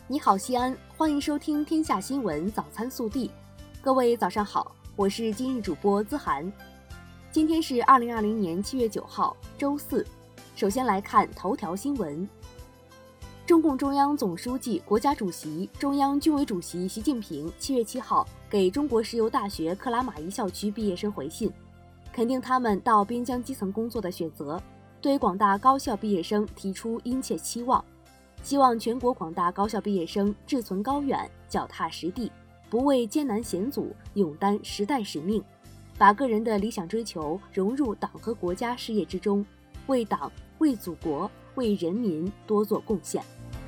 你好，西安，欢迎收听天下新闻早餐速递。各位早上好，我是今日主播资涵。今天是2020年7月9号，周四。首先来看头条新闻。中共中央总书记、国家主席、中央军委主席习近平7月7号给中国石油大学克拉玛依校区毕业生回信，肯定他们到边疆基层工作的选择，对广大高校毕业生提出殷切期望。希望全国广大高校毕业生志存高远，脚踏实地，不畏艰难险阻，勇担时代使命，把个人的理想追求融入党和国家事业之中，为党、为祖国、为人民多做贡献。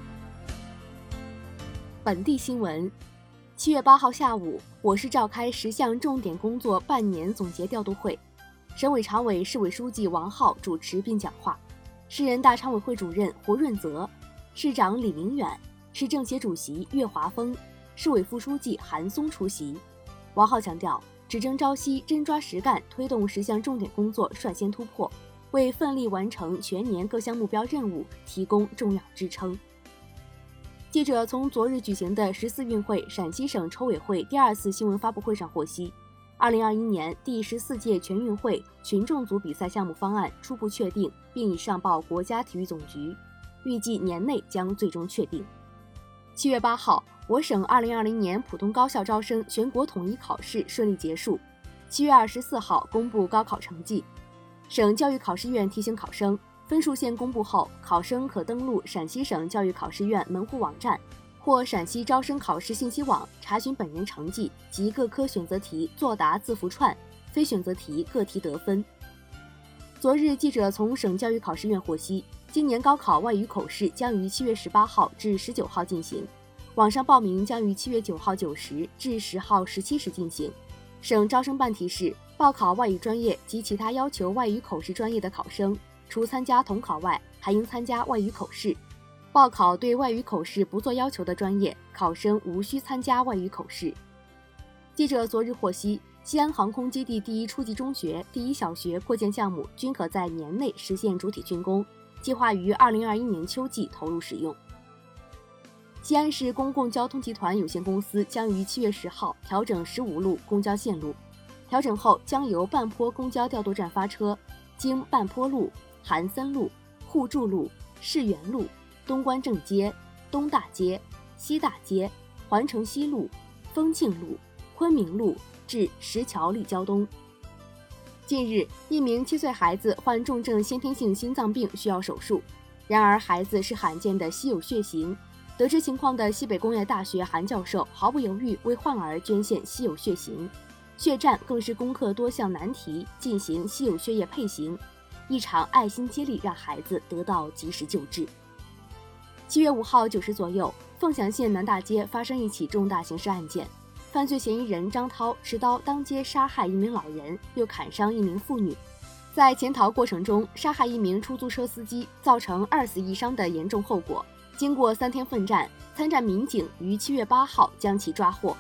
本地新闻，7月8号下午，我市召开10项重点工作半年总结调度会，省委常委、市委书记王浩主持并讲话，市人大常委会主任胡润泽、市长李明远、市政协主席岳华峰、市委副书记韩松出席。王浩强调，只争朝夕，真抓实干，推动10项重点工作率先突破，为奋力完成全年各项目标任务提供重要支撑。记者从昨日举行的14运会陕西省筹委会第2次新闻发布会上获悉，2021年第14届全运会群众组比赛项目方案初步确定，并已上报国家体育总局，预计年内将最终确定。7月8号，我省2020年普通高校招生全国统一考试顺利结束。7月24号公布高考成绩，省教育考试院提醒考生，分数线公布后，考生可登录陕西省教育考试院门户网站或陕西招生考试信息网查询本人成绩及各科选择题作答字符串，非选择题各题得分。昨日，记者从省教育考试院获悉，今年高考外语口试将于7月18号至19号进行，网上报名将于7月9号9时至10号17时进行。省招生办提示，报考外语专业及其他要求外语口试专业的考生，除参加统考外，还应参加外语口试。报考对外语口试不做要求的专业，考生无需参加外语口试。记者昨日获悉，西安航空基地第1初级中学、第1小学扩建项目均可在年内实现主体竣工，计划于2021年秋季投入使用。西安市公共交通集团有限公司将于7月10号调整15路公交线路，调整后将由半坡公交调度站发车，经半坡路、韩森路、互助路、世园路、东关正街、东大街、西大街、环城西路、丰庆路、昆明路至石桥立交东。近日，一名7岁孩子患重症先天性心脏病需要手术，然而孩子是罕见的稀有血型。得知情况的西北工业大学韩教授毫不犹豫为患儿捐献稀有血型，血站更是攻克多项难题，进行稀有血液配型，一场爱心接力让孩子得到及时救治。7月5号9时左右，凤翔县南大街发生一起重大刑事案件，犯罪嫌疑人张涛持刀当街杀害一名老人，又砍伤一名妇女，在潜逃过程中杀害一名出租车司机，造成2死1伤的严重后果。经过3天奋战，参战民警于7月8号将其抓获。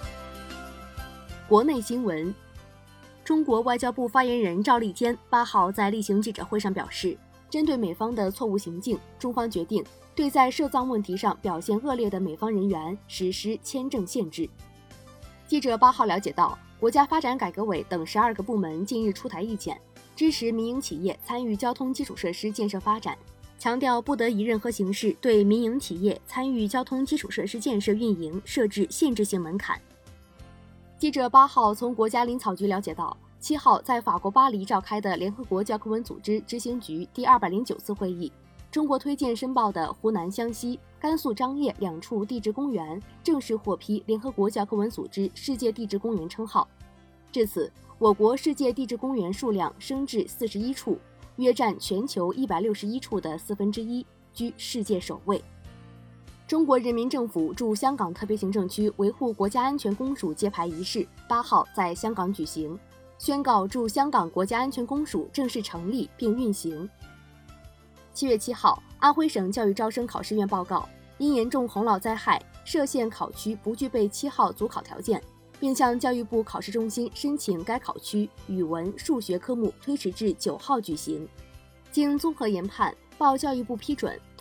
国内新闻，中国外交部发言人赵立坚8号在例行记者会上表示，针对美方的错误行径，中方决定对在涉藏问题上表现恶劣的美方人员实施签证限制。记者8号了解到，国家发展改革委等12个部门近日出台意见，支持民营企业参与交通基础设施建设发展，强调不得以任何形式对民营企业参与交通基础设施建设运营设置限制性门槛。记者8号从国家林草局了解到，7号在法国巴黎召开的联合国教科文组织执行局第209次会议，中国推荐申报的湖南湘西、甘肃张掖2处地质公园正式获批联合国教科文组织世界地质公园称号。至此，我国世界地质公园数量升至41处，约占全球161处的1/4，居世界首位。中国人民政府驻香港特别行政区维护国家安全公署揭牌仪式8号在香港举行，宣告驻香港国家安全公署正式成立并运行。7月7号，安徽省教育招生考试院报告，因严重洪涝灾害，涉县考区不具备7号组考条件，并向教育部考试中心申请该考区语文、数学科目推迟至9号举行。经综合研判，报教育部批准，同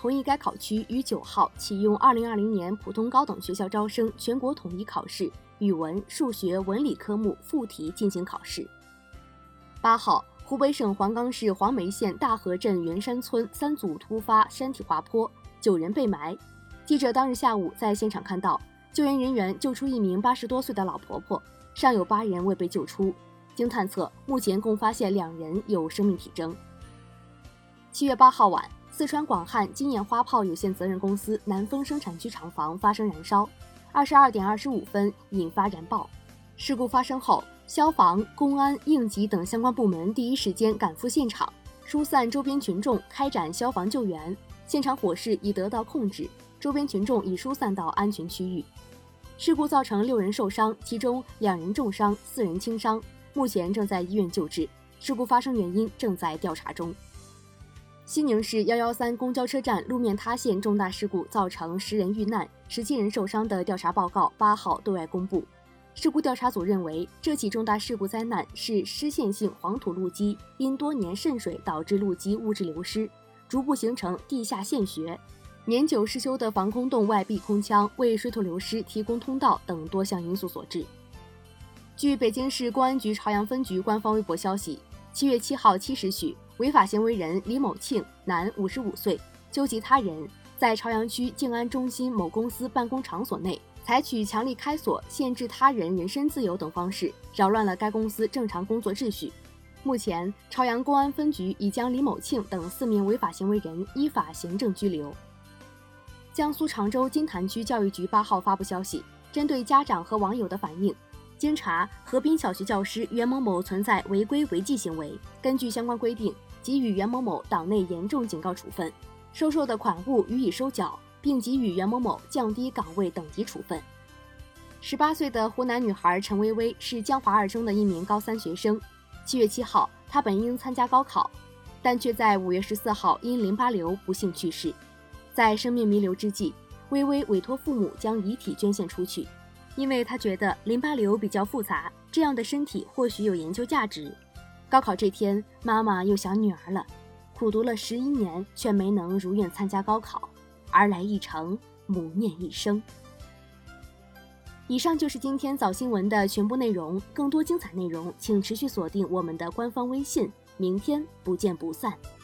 同意该考区于9号启用2020年普通高等学校招生全国统一考试语文、数学、文理科目附题进行考试。8号，湖北省黄冈市黄梅县大河镇元山村3组突发山体滑坡，9人被埋。记者当日下午在现场看到，救援人员救出一名80多岁的老婆婆，尚有8人未被救出。经探测，目前共发现2人有生命体征。7月8号晚，四川广汉金眼花炮有限责任公司南丰生产区厂房发生燃烧，22点25分引发燃爆。事故发生后，消防、公安、应急等相关部门第一时间赶赴现场，疏散周边群众，开展消防救援。现场火势已得到控制，周边群众已疏散到安全区域。事故造成6人受伤，其中2人重伤，4人轻伤，目前正在医院救治。事故发生原因正在调查中。西宁市113公交车站路面塌陷重大事故造成10人遇难、17人受伤的调查报告8号对外公布。事故调查组认为，这起重大事故灾难是失陷性黄土路基因多年渗水导致路基物质流失，逐步形成地下陷穴，年久失修的防空洞外壁空腔为水土流失提供通道等多项因素所致。据北京市公安局朝阳分局官方微博消息，7月7号7时许，违法行为人李某庆，男，55岁，纠集他人，在朝阳区静安中心某公司办公场所内，采取强力开锁、限制他人人身自由等方式，扰乱了该公司正常工作秩序。目前，朝阳公安分局已将李某庆等4名违法行为人依法行政拘留。江苏常州金坛区教育局8号发布消息，针对家长和网友的反映，经查，河滨小学教师袁某某存在违规违纪行为，根据相关规定，给予袁某某党内严重警告处分，收受的款物予以收缴，并给予袁某某降低岗位等级处分。18岁的湖南女孩陈薇薇是江华二中的一名高3学生。7月7号，她本应参加高考，但却在5月14号因淋巴瘤不幸去世。在生命弥留之际，薇薇委托父母将遗体捐献出去，因为她觉得淋巴瘤比较复杂，这样的身体或许有研究价值。高考这天，妈妈又想女儿了，苦读了11年，却没能如愿参加高考，儿来一程，母念一生。以上就是今天早新闻的全部内容，更多精彩内容请持续锁定我们的官方微信，明天不见不散。